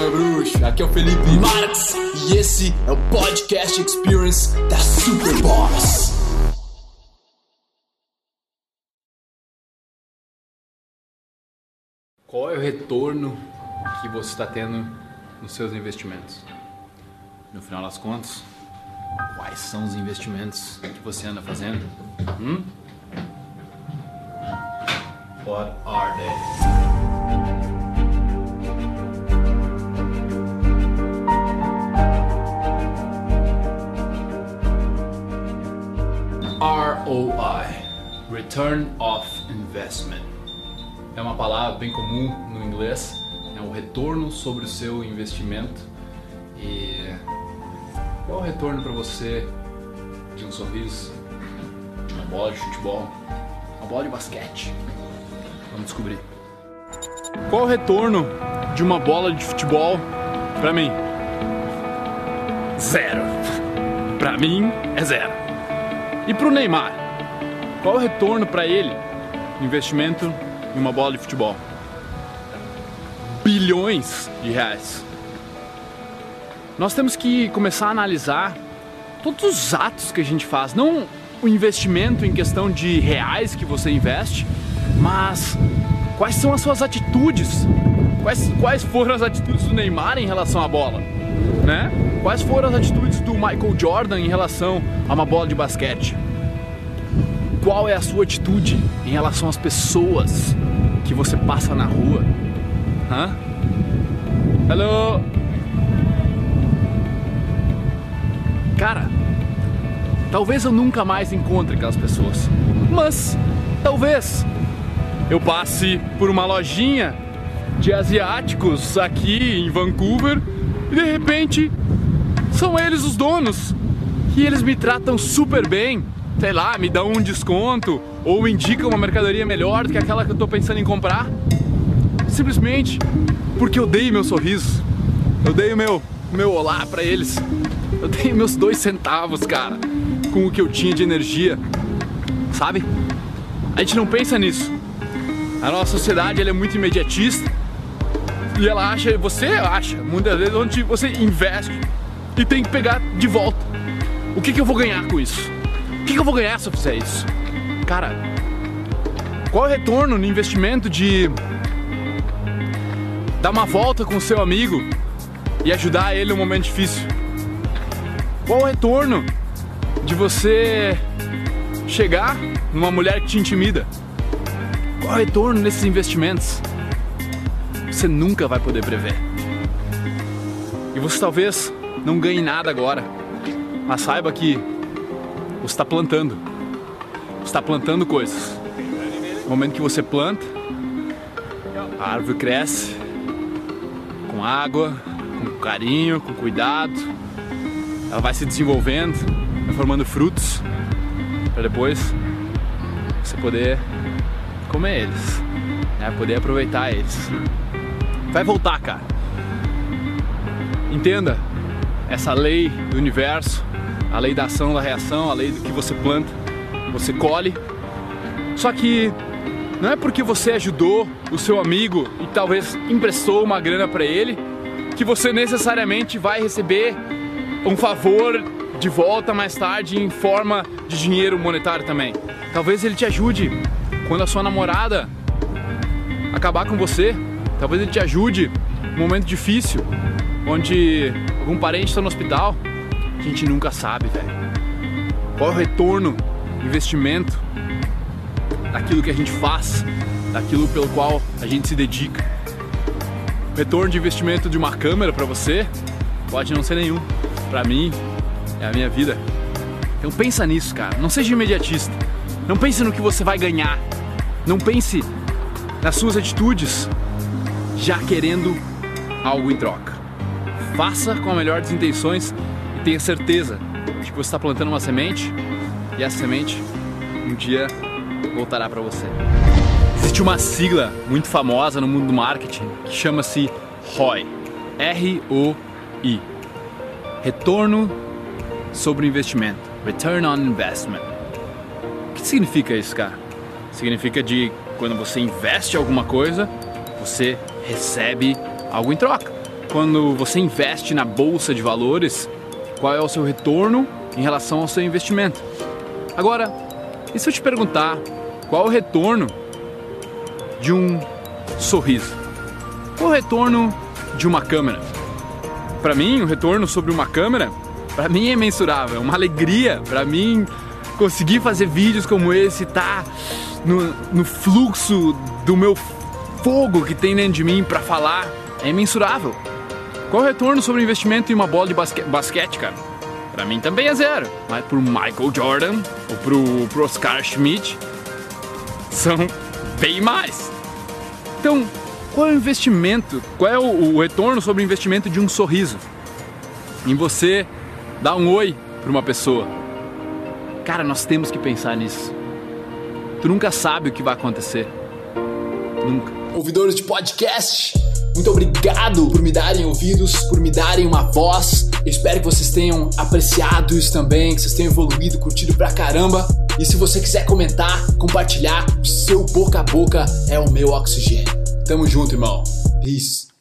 meu bruxo? Aqui é o Felipe Marx e esse é o Podcast Experience da Superboss. Qual é o retorno que você está tendo nos seus investimentos? No final das contas, quais são os investimentos que você anda fazendo? What are they? ROI, Return of Investment. É uma palavra bem comum no inglês, é o retorno sobre o seu investimento. E qual é o retorno para você de um sorriso, de uma bola de futebol, uma bola de basquete? Vamos descobrir. Qual é o retorno de uma bola de futebol para mim? Zero. Para mim é zero. E para o Neymar? Qual é o retorno para ele? Investimento em uma bola de futebol. Bilhões de reais. Nós temos que começar a analisar todos os atos que a gente faz, não o investimento em questão de reais que você investe, mas quais são as suas atitudes, quais foram as atitudes do Neymar em relação à bola, né? Quais foram as atitudes do Michael Jordan em relação a uma bola de basquete? Qual é a sua atitude em relação às pessoas que você passa na rua? Hello? Cara, talvez eu nunca mais encontre aquelas pessoas, mas talvez eu passe por uma lojinha de asiáticos aqui em Vancouver e de repente são eles os donos e eles me tratam super bem, sei lá, me dão um desconto ou indicam uma mercadoria melhor do que aquela que eu tô pensando em comprar, simplesmente porque eu dei meu sorriso, eu dei o meu olá pra eles, eu dei meus 2 centavos, cara, com o que eu tinha de energia, sabe? A gente não pensa nisso. A nossa sociedade ela é muito imediatista e ela acha, você acha, muitas vezes, onde você investe e tem que pegar de volta. O que eu vou ganhar com isso? O que eu vou ganhar se eu fizer isso? Cara, qual é o retorno no investimento de dar uma volta com o seu amigo e ajudar ele num momento difícil? Qual é o retorno de você chegar numa mulher que te intimida? Qual é o retorno nesses investimentos? Você nunca vai poder prever. E você talvez não ganhe nada agora, mas saiba que você está plantando. Você está plantando coisas. No momento que você planta, a árvore cresce com água, com carinho, com cuidado. Ela vai se desenvolvendo, vai formando frutos, para depois você poder comer eles, né? Poder aproveitar eles. Vai voltar, cara. Entenda essa lei do universo, a lei da ação, da reação, a lei do que você planta, você colhe. Só que não é porque você ajudou o seu amigo e talvez emprestou uma grana para ele que você necessariamente vai receber um favor de volta mais tarde em forma de dinheiro monetário também. Talvez ele te ajude quando a sua namorada acabar com você. Talvez ele te ajude num momento difícil, onde algum parente está no hospital. A gente nunca sabe, velho. Qual é o retorno, investimento daquilo que a gente faz, daquilo pelo qual a gente se dedica. O retorno de investimento de uma câmera para você pode não ser nenhum. Para mim, é a minha vida. Então pensa nisso, cara. Não seja imediatista. Não pense no que você vai ganhar. Não pense nas suas atitudes já querendo algo em troca. Faça com a melhor das intenções e tenha certeza de que você está plantando uma semente e essa semente um dia voltará para você. Existe uma sigla muito famosa no mundo do marketing que chama-se ROI. R-O-I. Retorno sobre o investimento. Return on Investment. O que significa isso, cara? Significa de quando você investe em alguma coisa, você recebe algo em troca. quando você investe na bolsa de valores, qual é o seu retorno em relação ao seu investimento. Agora, e se eu te perguntar qual é o retorno de um sorriso? Qual é o retorno de uma câmera? Para mim, o retorno sobre uma câmera, para mim é mensurável, é uma alegria. Para mim, conseguir fazer vídeos como esse, tá no fluxo do meu fogo que tem dentro de mim para falar, é imensurável. Qual é o retorno sobre o investimento em uma bola de basquete, cara? Pra mim também é zero, mas pro Michael Jordan ou pro Oscar Schmidt são bem mais. Então, qual é o investimento? Qual é o retorno sobre o investimento de um sorriso? Em você dar um oi pra uma pessoa. Cara, nós temos que pensar nisso. Tu nunca sabe o que vai acontecer. Nunca. Ouvidores de podcast, muito obrigado por me darem ouvidos, por me darem uma voz. Eu espero que vocês tenham apreciado isso também, que vocês tenham evoluído, curtido pra caramba. E se você quiser comentar, compartilhar, o seu boca a boca é o meu oxigênio. Tamo junto, irmão. Peace.